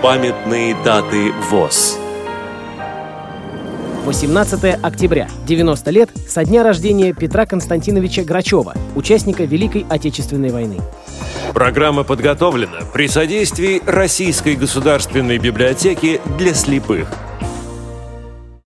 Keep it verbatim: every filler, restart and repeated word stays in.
Памятные даты ВОС. восемнадцатое октября, девяносто лет со дня рождения Петра Константиновича Грачева, участника Великой Отечественной войны. Программа подготовлена при содействии Российской государственной библиотеки для слепых.